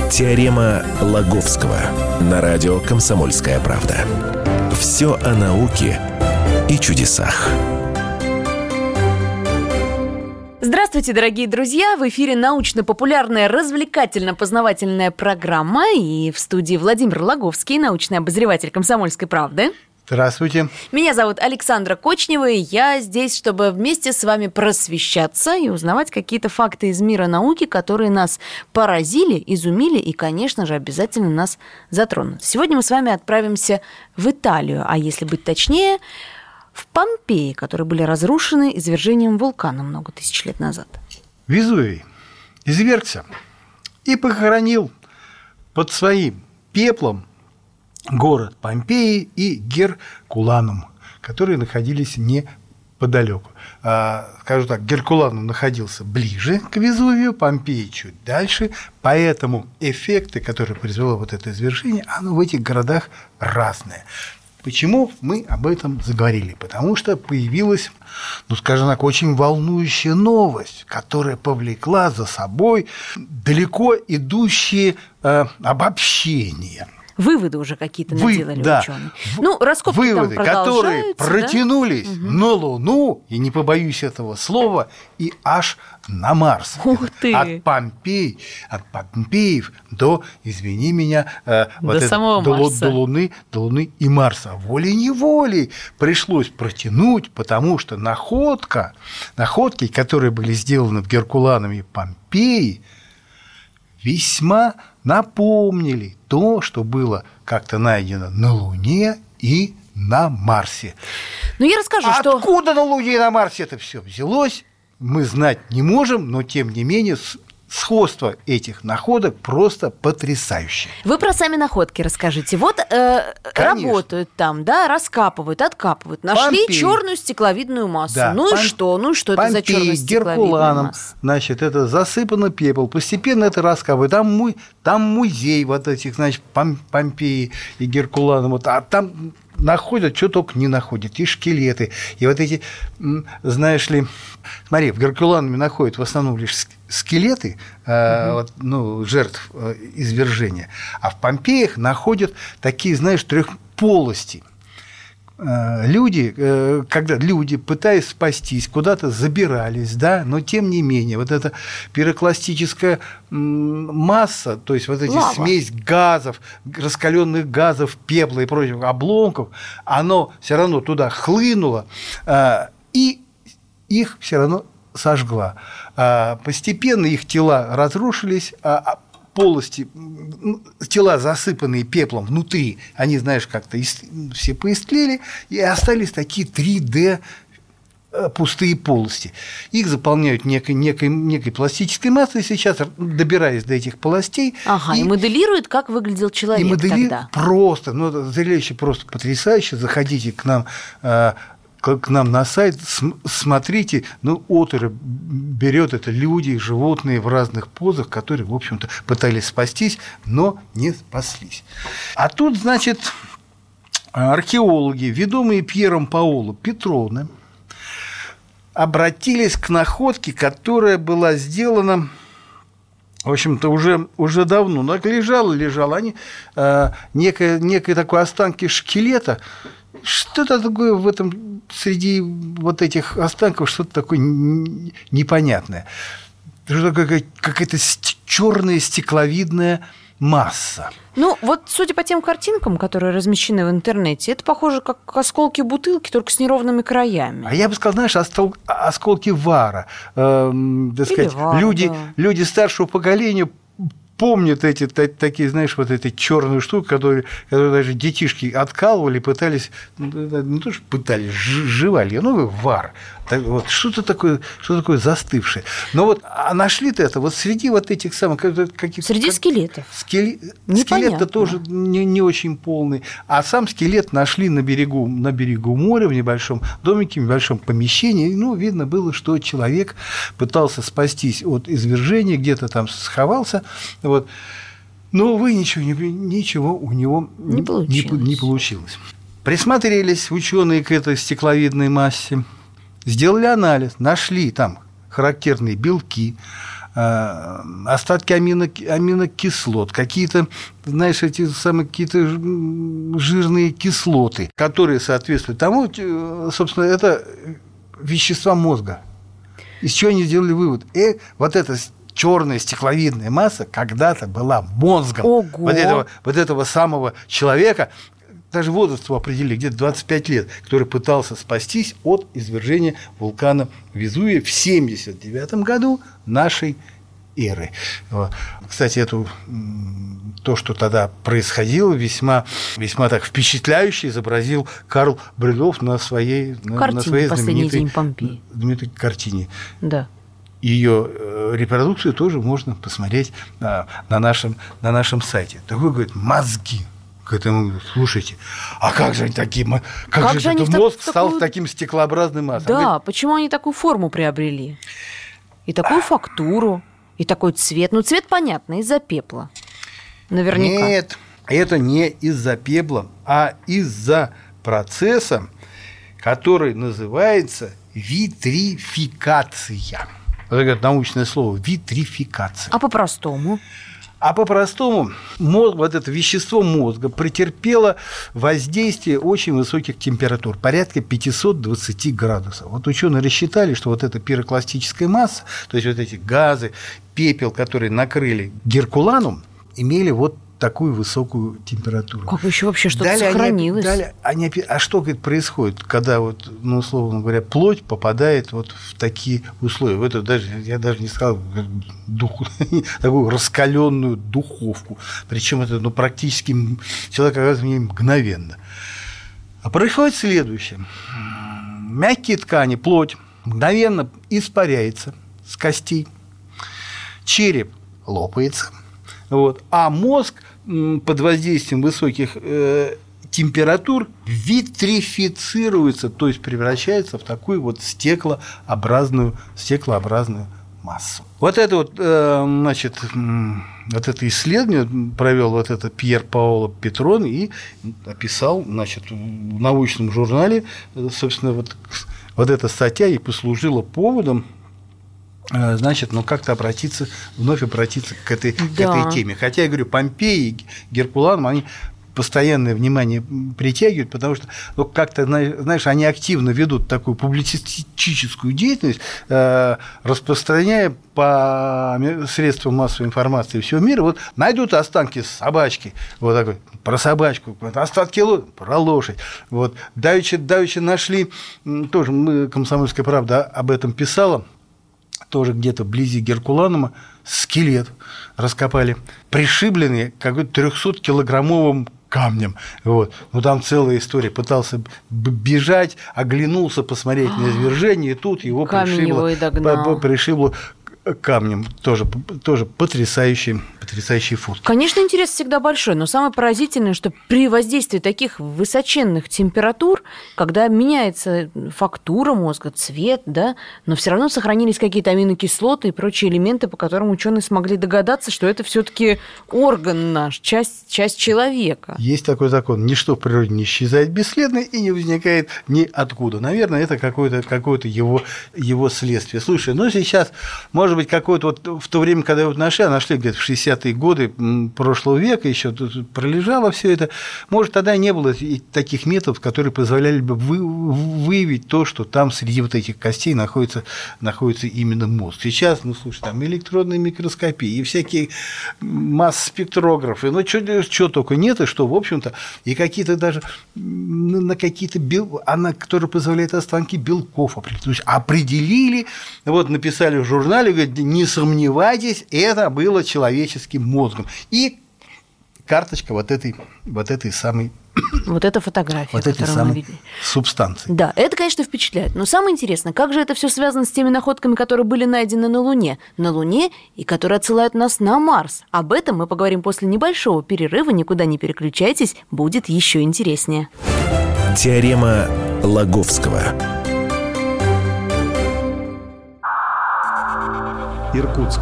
Теорема Лаговского на радио «Комсомольская правда». Все о науке и чудесах. Здравствуйте, дорогие друзья! В эфире научно-популярная развлекательно-познавательная программа. И в студии Владимир Лаговский, научный обозреватель «Комсомольской правды». Здравствуйте. Меня зовут Александра Кочнева, и я здесь, чтобы вместе с вами просвещаться и узнавать какие-то факты из мира науки, которые нас поразили, изумили и, конечно же, обязательно нас затронут. Сегодня мы с вами отправимся в Италию, а если быть точнее, в Помпеи, которые были разрушены извержением вулкана много тысяч лет назад. Везувий извергся и похоронил под своим пеплом город Помпеи и Геркуланум, которые находились неподалеку. Скажу так, Геркуланум находился ближе к Везувию, Помпеи чуть дальше, поэтому эффекты, которые произвело вот это извержение, оно в этих городах разное. Почему мы об этом заговорили? Потому что появилась, скажем так, очень волнующая новость, которая повлекла за собой далеко идущие обобщения. Выводы уже какие-то наделали ученые. Раскопки выводы, там которые протянулись на Луну, и не побоюсь этого слова, и аж на Марс. Ух ты! От Помпеев до, извини меня, до Луны и Марса. Волей-неволей пришлось протянуть, потому что находки, которые были сделаны в Геркуланум и Помпеи, весьма напомнили то, что было как-то найдено на Луне и на Марсе. Я расскажу, Откуда на Луне и на Марсе это все взялось, мы знать не можем, но тем не менее сходство этих находок просто потрясающее. Вы про сами находки расскажите. Работают там, раскапывают, откапывают. Нашли черную стекловидную массу. Да, и что? Это за черная стекловидная масса? Значит, это засыпано пепел. Постепенно это раскапывают. Там музей вот этих, значит, Помпеи и Геркуланум. А там находят, что только не находят, и скелеты, и вот эти, знаешь ли, смотри, в Геркулануме находят в основном лишь скелеты жертв извержения, а в Помпеях находят такие, знаешь, трехполости. Люди, пытаясь спастись, куда-то забирались, но тем не менее, вот эта пирокластическая масса, то есть вот эти смесь газов, раскаленных газов, пепла и прочих обломков, оно все равно туда хлынуло, и их все равно сожгла. Постепенно их тела разрушились, полости, тела, засыпанные пеплом внутри, они, знаешь, как-то все поистлели, и остались такие 3D пустые полости. Их заполняют некой пластической массой сейчас, добираясь до этих полостей. И моделируют, как выглядел человек тогда. Просто, зрелище просто потрясающее. Заходите к нам на сайт, смотрите, оторопь берет это люди, животные в разных позах, которые, в общем-то, пытались спастись, но не спаслись. А тут, значит, археологи, ведомые Пьером Паоло Петроне, обратились к находке, которая была сделана, в общем-то, уже давно. Лежала, они некие такие останки скелета. Что-то такое в этом, среди вот этих останков, что-то такое непонятное. Что такое какая-то черная стекловидная масса. Судя по тем картинкам, которые размещены в интернете, это похоже как осколки бутылки, только с неровными краями. А я бы сказал, знаешь, осколки вара. Люди старшего поколения помнят эти такие, знаешь, вот эти черную штуку, которые даже детишки откалывали, пытались, не то что пытались, жевали, вар. Что-то такое застывшее. Но нашли-то это среди вот этих самых каких-то... Среди скелетов. Скелет-то тоже не очень полный. А сам скелет нашли на берегу моря, в небольшом домике, в небольшом помещении. Видно было, что человек пытался спастись от извержения, где-то там сховался. Но, увы, ничего у него не получилось. Присмотрелись ученые к этой стекловидной массе, сделали анализ, нашли там характерные белки, остатки аминокислот, какие-то, знаешь, эти самые какие-то жирные кислоты, которые соответствуют тому, собственно, это вещества мозга. Из чего они сделали вывод? Вот эта черная стекловидная масса когда-то была мозгом вот этого самого человека, даже возраст его определили, где-то 25 лет, который пытался спастись от извержения вулкана Везувия в 1979 году нашей эры. Кстати, то, что тогда происходило, весьма так впечатляюще изобразил Карл Брюллов на своей знаменитой картине. Да. Ее репродукцию тоже можно посмотреть на нашем сайте. Такой, говорит, мозги. К этому, слушайте, а как же они такие, как же этот мозг стал таким стеклообразным массой? Да, почему они такую форму приобрели? И такую фактуру, и такой цвет. Ну, цвет, понятно, из-за пепла. Наверняка. Нет, это не из-за пепла, а из-за процесса, который называется витрификация. Это научное слово – витрификация. А по-простому? А по-простому, вот это вещество мозга претерпело воздействие очень высоких температур, порядка 520 градусов. Вот ученые рассчитали, что вот эта пирокластическая масса, то есть вот эти газы, пепел, которые накрыли Геркуланум, имели вот такую высокую температуру. Как еще вообще что-то сохранилось? А что, говорит, происходит, когда, вот, ну, условно говоря, плоть попадает вот в такие условия? В эту я даже не сказал, такую раскаленную духовку. Причем это практически человек оказывается в ней мгновенно. А происходит следующее. Мягкие ткани, плоть мгновенно испаряется с костей, череп лопается. А мозг под воздействием высоких температур витрифицируется, то есть превращается в такую вот стеклообразную массу. Вот это вот, значит, вот это исследование провел вот это Пьер Паоло Петрон и описал, значит, в научном журнале, собственно, вот эта статья и послужила поводом, значит, как-то вновь обратиться к этой теме. Хотя, я говорю, Помпей и Геркуланум, они постоянное внимание притягивают, потому что, как-то, знаешь, они активно ведут такую публицистическую деятельность, распространяя по средствам массовой информации всего мира. Вот найдут останки собачки, вот такой, про собачку, остатки про лошадь. Вот. Давеча нашли, тоже «Комсомольская правда» об этом писала, тоже где-то вблизи Геркуланума, скелет раскопали, пришибленный какой-то 300-килограммовым камнем. Вот. Там целая история. Пытался бежать, оглянулся посмотреть на извержение, и тут его пришибло камнем. Тоже потрясающий фото. Конечно, интерес всегда большой, но самое поразительное, что при воздействии таких высоченных температур, когда меняется фактура мозга, цвет, да, но все равно сохранились какие-то аминокислоты и прочие элементы, по которым ученые смогли догадаться, что это все-таки орган наш, часть человека. Есть такой закон: ничто в природе не исчезает бесследно и не возникает ниоткуда. Наверное, это какое-то его следствие. Слушай, сейчас, может быть, какое-то в то время, когда его нашли где-то в 60-е годы прошлого века, еще тут пролежало все это, может, тогда не было таких методов, которые позволяли бы выявить то, что там среди вот этих костей находится именно мозг. Сейчас, слушай, там электронная микроскопия и всякие масс-спектрографы, что только нет, и что, в общем-то, и какие-то даже на какие-то которые позволяют останки белков определить. То есть определили, написали в журнале, говорят, не сомневайтесь, это было человеческим мозгом. И карточка вот этой самой... Вот эта фотография, вот этой которую мы видели. Субстанции. Да, это, конечно, впечатляет. Но самое интересное, как же это все связано с теми находками, которые были найдены на Луне? На Луне и которые отсылают нас на Марс. Об этом мы поговорим после небольшого перерыва. Никуда не переключайтесь, будет еще интереснее. Теорема Лаговского. Иркутск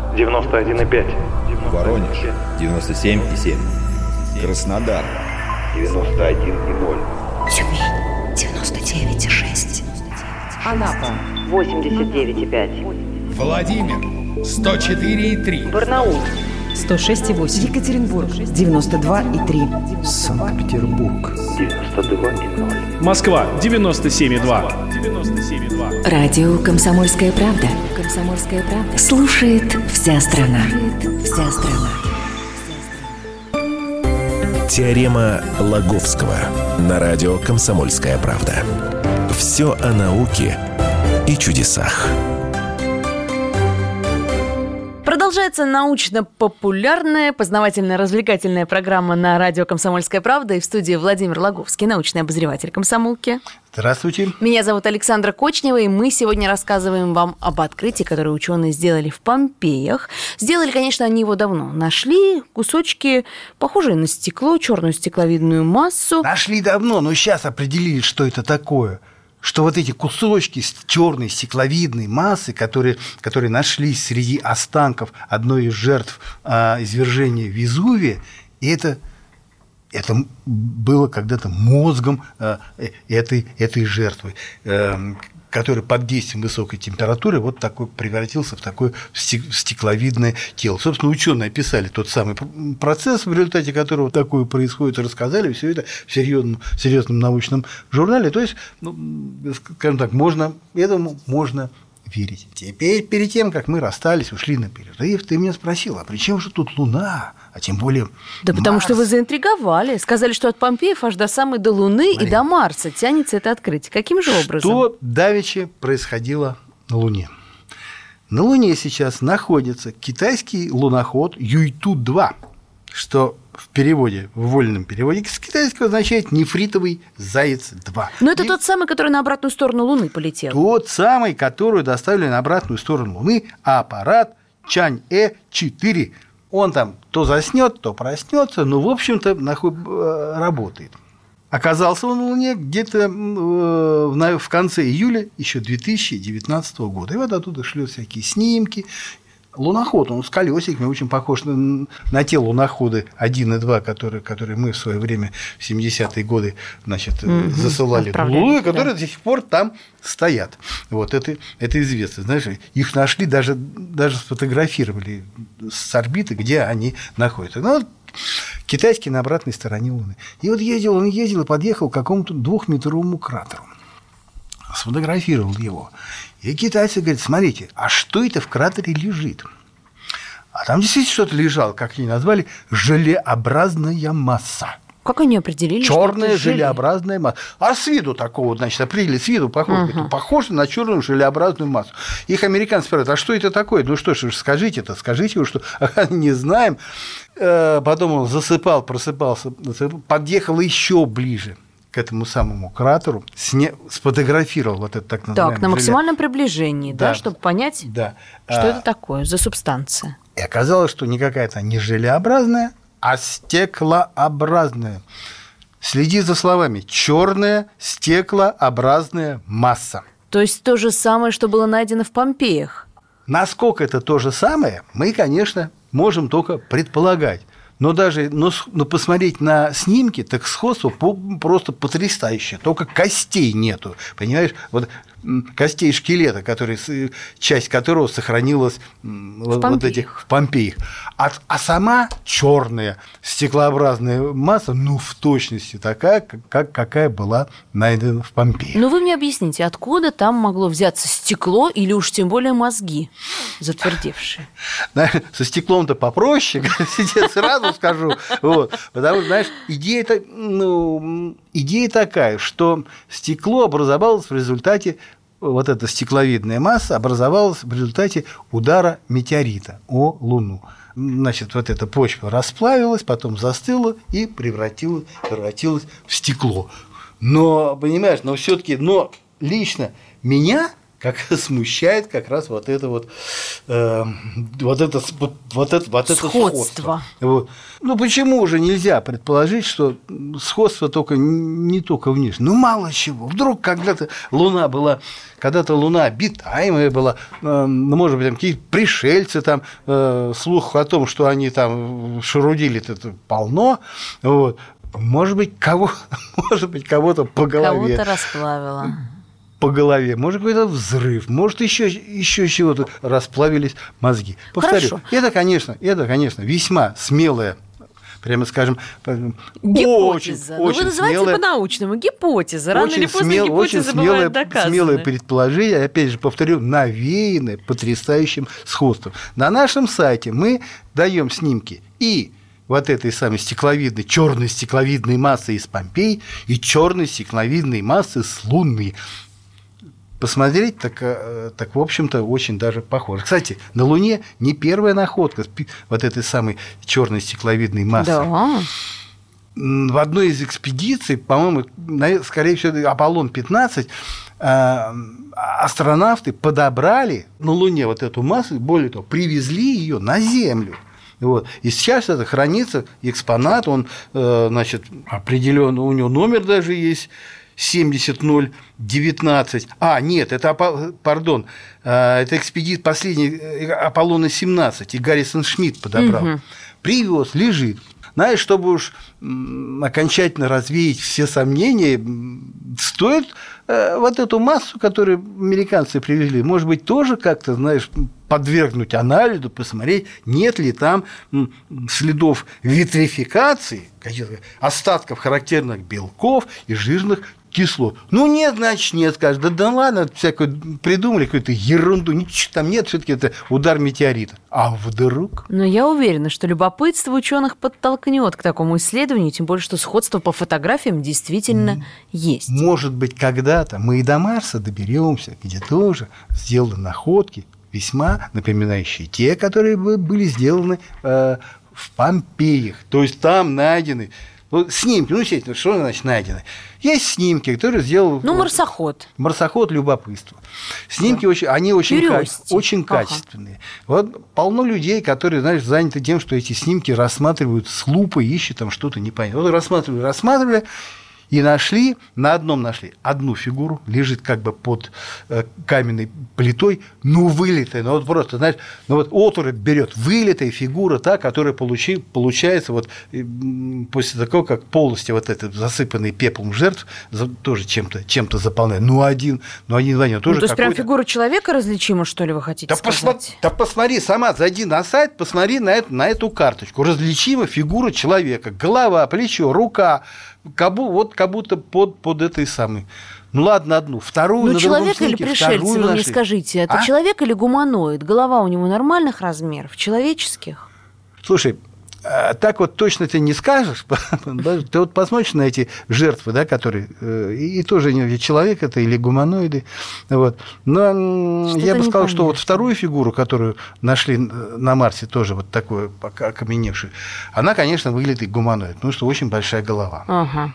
91,5. Воронеж 97,7. Краснодар 91,0. Тюмень 99,6. Анапа 89,5. Владимир 104,3. Барнаул 106,8. Екатеринбург 92,3. Санкт-Петербург 92,0. Москва 97,2. Радио «Комсомольская правда». «Комсомольская правда». Слушает вся страна. Вся страна. Теорема Лаговского на радио «Комсомольская правда». Все о науке и чудесах. Продолжается научно-популярная, познавательно-развлекательная программа на радио «Комсомольская правда», и в студии Владимир Лаговский, научный обозреватель «Комсомолки». Здравствуйте. Меня зовут Александра Кочнева, и мы сегодня рассказываем вам об открытии, которое ученые сделали в Помпеях. Сделали, конечно, они его давно. Нашли кусочки, похожие на стекло, черную стекловидную массу. Нашли давно, но сейчас определили, что это такое. Что вот эти кусочки черной стекловидной массы, которые нашлись среди останков одной из жертв извержения Везувия, это было когда-то мозгом этой жертвы, который под действием высокой температуры вот такой превратился в такое стекловидное тело. Собственно, ученые описали тот самый процесс, в результате которого такое происходит, и рассказали все это в серьезном научном журнале. То есть, скажем так, этому можно верить. Теперь, перед тем, как мы расстались, ушли на перерыв, ты меня спросил, а при чем же тут Луна, а тем более Да потому Марс? что вы заинтриговали. Сказали, что от Помпеев аж до самой до Луны и до Марса тянется это открытие. Каким же образом? Что давеча происходило на Луне? На Луне сейчас находится китайский луноход Юйту-2, что в переводе, в вольном переводе с китайского означает «нефритовый заяц-2». Но это тот самый, который на обратную сторону Луны полетел. Тот самый, который доставили на обратную сторону Луны аппарат Чаньэ-4. Он там то заснет, то проснется, но, в общем-то, работает. Оказался он на Луне где-то в конце июля еще 2019 года. И вот оттуда шлют всякие снимки. Луноход, он с колесиками, очень похож на те луноходы 1 и 2, которые мы в свое время в 70-е годы засылали в Луну, которые до сих пор там стоят. Вот это известно. Знаешь, их нашли, даже сфотографировали с орбиты, где они находятся. Ну, вот китайский на обратной стороне Луны. И вот он ездил и подъехал к какому-то 2-метровому кратеру. Сфотографировал его. И китайцы говорят, смотрите, а что это в кратере лежит? А там действительно что-то лежало, как они назвали, желеобразная масса. Как они определили? Черная желеобразная масса. А с виду такого, значит, определили, с виду похоже на черную желеобразную массу. Их американцы спрашивают, а что это такое? Ну что ж, скажите, что не знаем. Потом он просыпался, подъехал еще ближе к этому самому кратеру, сфотографировал вот это так называемое на максимальном приближении, да, чтобы понять, что это такое за субстанция. И оказалось, что никакая это не желеобразная, а стеклообразная. Следи за словами. Черная стеклообразная масса. То есть то же самое, что было найдено в Помпеях. Насколько это то же самое, мы, конечно, можем только предполагать. Но посмотреть на снимки, так сходство просто потрясающее. Только костей нету, понимаешь? Вот костей шкелета, часть которого сохранилась в Помпеях. А сама черная стеклообразная масса, в точности такая, какая была найдена в Помпеях. Ну, вы мне объясните, откуда там могло взяться стекло или уж тем более мозги затвердевшие? Со стеклом-то попроще, сразу скажу. Потому что, знаешь, идея такая, что стекло образовалось в результате, вот эта стекловидная масса образовалась в результате удара метеорита о Луну. Значит, вот эта почва расплавилась, потом застыла и превратилась в стекло. Но, понимаешь, все-таки, лично меня как смущает как раз вот это сходство. Ну, почему же нельзя предположить, что сходство не только внешне? Мало чего. Вдруг когда-то Луна обитаемая была, может быть, там какие-то пришельцы, там слух о том, что они там шарудили, это полно. Может быть, кого-то по голове. Кого-то расплавило. по голове, может, какой-то взрыв, может, еще чего-то, расплавились мозги. Повторю, это, конечно, весьма смелая, прямо скажем, гипотеза. Очень вы называете смелая, по-научному гипотеза. Рано или поздно гипотеза бывает доказана. Смелое предположение, опять же, повторю, навеянное потрясающим сходством. На нашем сайте мы даем снимки и вот этой самой черной стекловидной массы из Помпей и черной стекловидной массы с Луны. Посмотреть, так, в общем-то, очень даже похоже. Кстати, на Луне не первая находка вот этой самой черной стекловидной массы. Да. В одной из экспедиций, по-моему, скорее всего, Аполлон-15, астронавты подобрали на Луне вот эту массу, более того, привезли ее на Землю. Вот. И сейчас это хранится, экспонат, он, значит, определен, у него номер даже есть, 70019. Нет, это экспедиция последний Аполлона-17, и Гаррисон Шмидт подобрал. Угу. Привез, лежит. Знаешь, чтобы уж окончательно развеять все сомнения, стоит вот эту массу, которую американцы привезли, может быть, тоже как-то, знаешь, подвергнуть анализу, посмотреть, нет ли там следов витрификации, каких-то остатков характерных белков и жирных кислот. Нет, значит, нет, скажут, да ладно, всякую придумали какую-то ерунду, ничего там нет, все-таки это удар метеорита. А вдруг? Но я уверена, что любопытство ученых подтолкнет к такому исследованию, тем более, что сходство по фотографиям действительно есть. Может быть, когда-то мы и до Марса доберемся, где тоже сделаны находки, весьма напоминающие те, которые были сделаны в Помпеях. То есть там найдены снимки, естественно, что значит найдены? Есть снимки, которые сделал... марсоход. Марсоход любопытства. Снимки они очень качественные. Вот полно людей, которые, знаешь, заняты тем, что эти снимки рассматривают с лупой, ищут там что-то непонятное. Вот рассматривали, и на одном нашли одну фигуру, лежит как бы под каменной плитой, вылитая, просто, знаешь, оторопь берет, вылитая фигура, та, которая получается после того, как полностью вот этот засыпанный пеплом жертв тоже чем-то заполняет. Один звонил тоже. То есть прям фигура человека различима, что ли, вы хотите сказать? Посмотри сама, зайди на сайт, посмотри на эту карточку. Различима фигура человека, голова, плечо, рука. Как будто под этой самой. Ладно, одну. Вторую на человек другом снимке, или пришельцы, вы мне скажите, это человек или гуманоид? Голова у него нормальных размеров, человеческих? Слушай, так вот точно ты не скажешь. Ты вот посмотришь на эти жертвы, да, которые... И тоже человек это или гуманоиды. Вот. Но я бы сказал, что вот вторую фигуру, которую нашли на Марсе, тоже вот такую окаменевшую, она, конечно, выглядит гуманоид, потому что очень большая голова. Ага.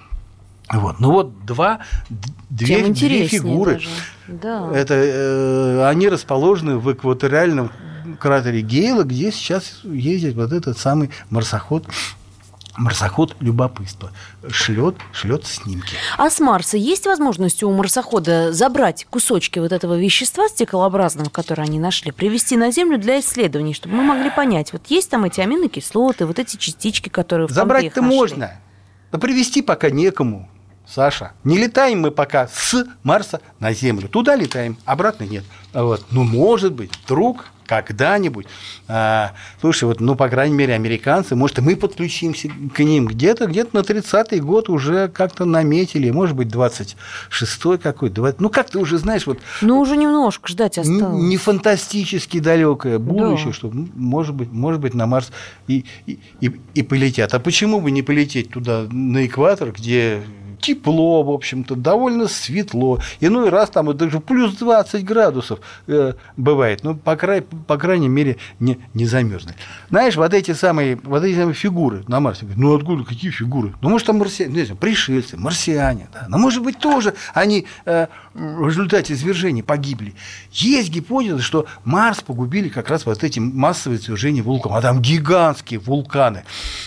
Две фигуры. Да. Это они расположены в экваториальном кратере Гейла, где сейчас ездит вот этот самый марсоход любопытства. Шлет снимки. А с Марса есть возможность у марсохода забрать кусочки вот этого вещества стеклообразного, которое они нашли, привезти на Землю для исследований, чтобы мы могли понять, вот есть там эти аминокислоты, вот эти частички, которые в Помпеях забрать-то можно, но привезти пока некому. Саша, не летаем мы пока с Марса на Землю. Туда летаем, обратно нет. Может быть, вдруг когда-нибудь. Слушай, по крайней мере, американцы, может, и мы подключимся к ним. Где-то на 30-й год уже как-то наметили, может быть, 26-й какой-то. Как ты уже знаешь, уже немножко ждать осталось. Не фантастически далекое будущее, что, может быть, на Марс и полетят. А почему бы не полететь туда, на экватор, где тепло, в общем-то, довольно светло. Иной раз там даже плюс 20 градусов бывает. По крайней мере, не замерзнет. Знаешь, вот эти самые фигуры на Марсе. Откуда, какие фигуры? Может, там пришельцы, марсиане. Да? Может быть, тоже они в результате извержений погибли. Есть гипотеза, что Марс погубили как раз вот эти массовые извержения вулканов. А там гигантские вулканы.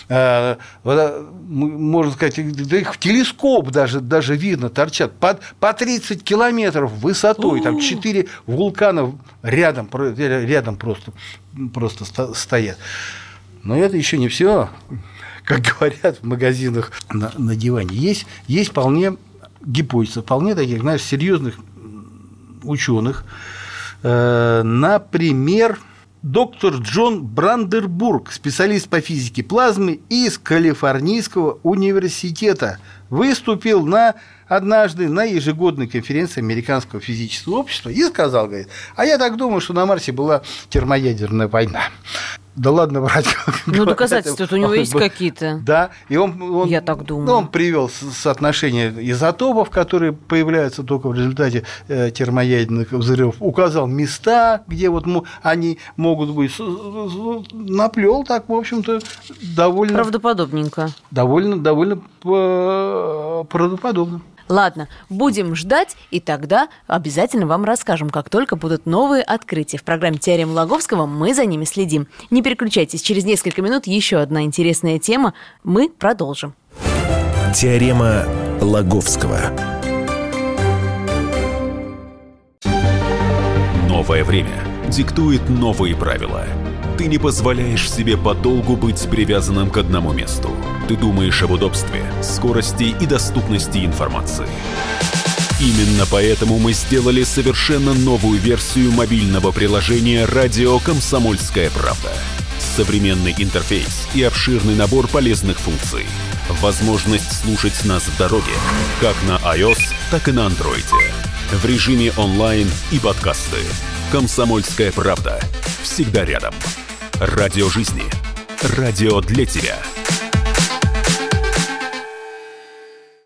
Можно сказать, их в телескоп даже видно, торчат по 30 километров высотой, там 4 вулкана рядом просто стоят. Но это еще не все, как говорят в магазинах на диване. Есть вполне гипотезы, вполне таких, знаешь, серьезных ученых. Например, доктор Джон Брандербург, специалист по физике плазмы из Калифорнийского университета, выступил однажды на ежегодной конференции Американского физического общества и сказал, говорит, а я так думаю, что на Марсе была термоядерная война. Да ладно врать. Ну, доказательства-то у него есть какие-то. Да, и он я так думаю. Он привел соотношение изотопов, которые появляются только в результате термоядерных взрывов, указал места, где вот они могут быть, наплел так, в общем-то, довольно... Правдоподобненько. Довольно правдоподобно. Ладно, будем ждать, и тогда обязательно вам расскажем, как только будут новые открытия. В программе «Теорема Лаговского» мы за ними следим. Не переключайтесь, через несколько минут еще одна интересная тема. Мы продолжим. Теорема Лаговского. Новое время диктует новые правила. Ты не позволяешь себе подолгу быть привязанным к одному месту. Ты думаешь об удобстве, скорости и доступности информации. Именно поэтому мы сделали совершенно новую версию мобильного приложения «Радио Комсомольская правда». Современный интерфейс и обширный набор полезных функций. Возможность слушать нас в дороге, как на iOS, так и на Android. В режиме онлайн и подкасты. «Комсомольская правда». Всегда рядом. Радио жизни. Радио для тебя.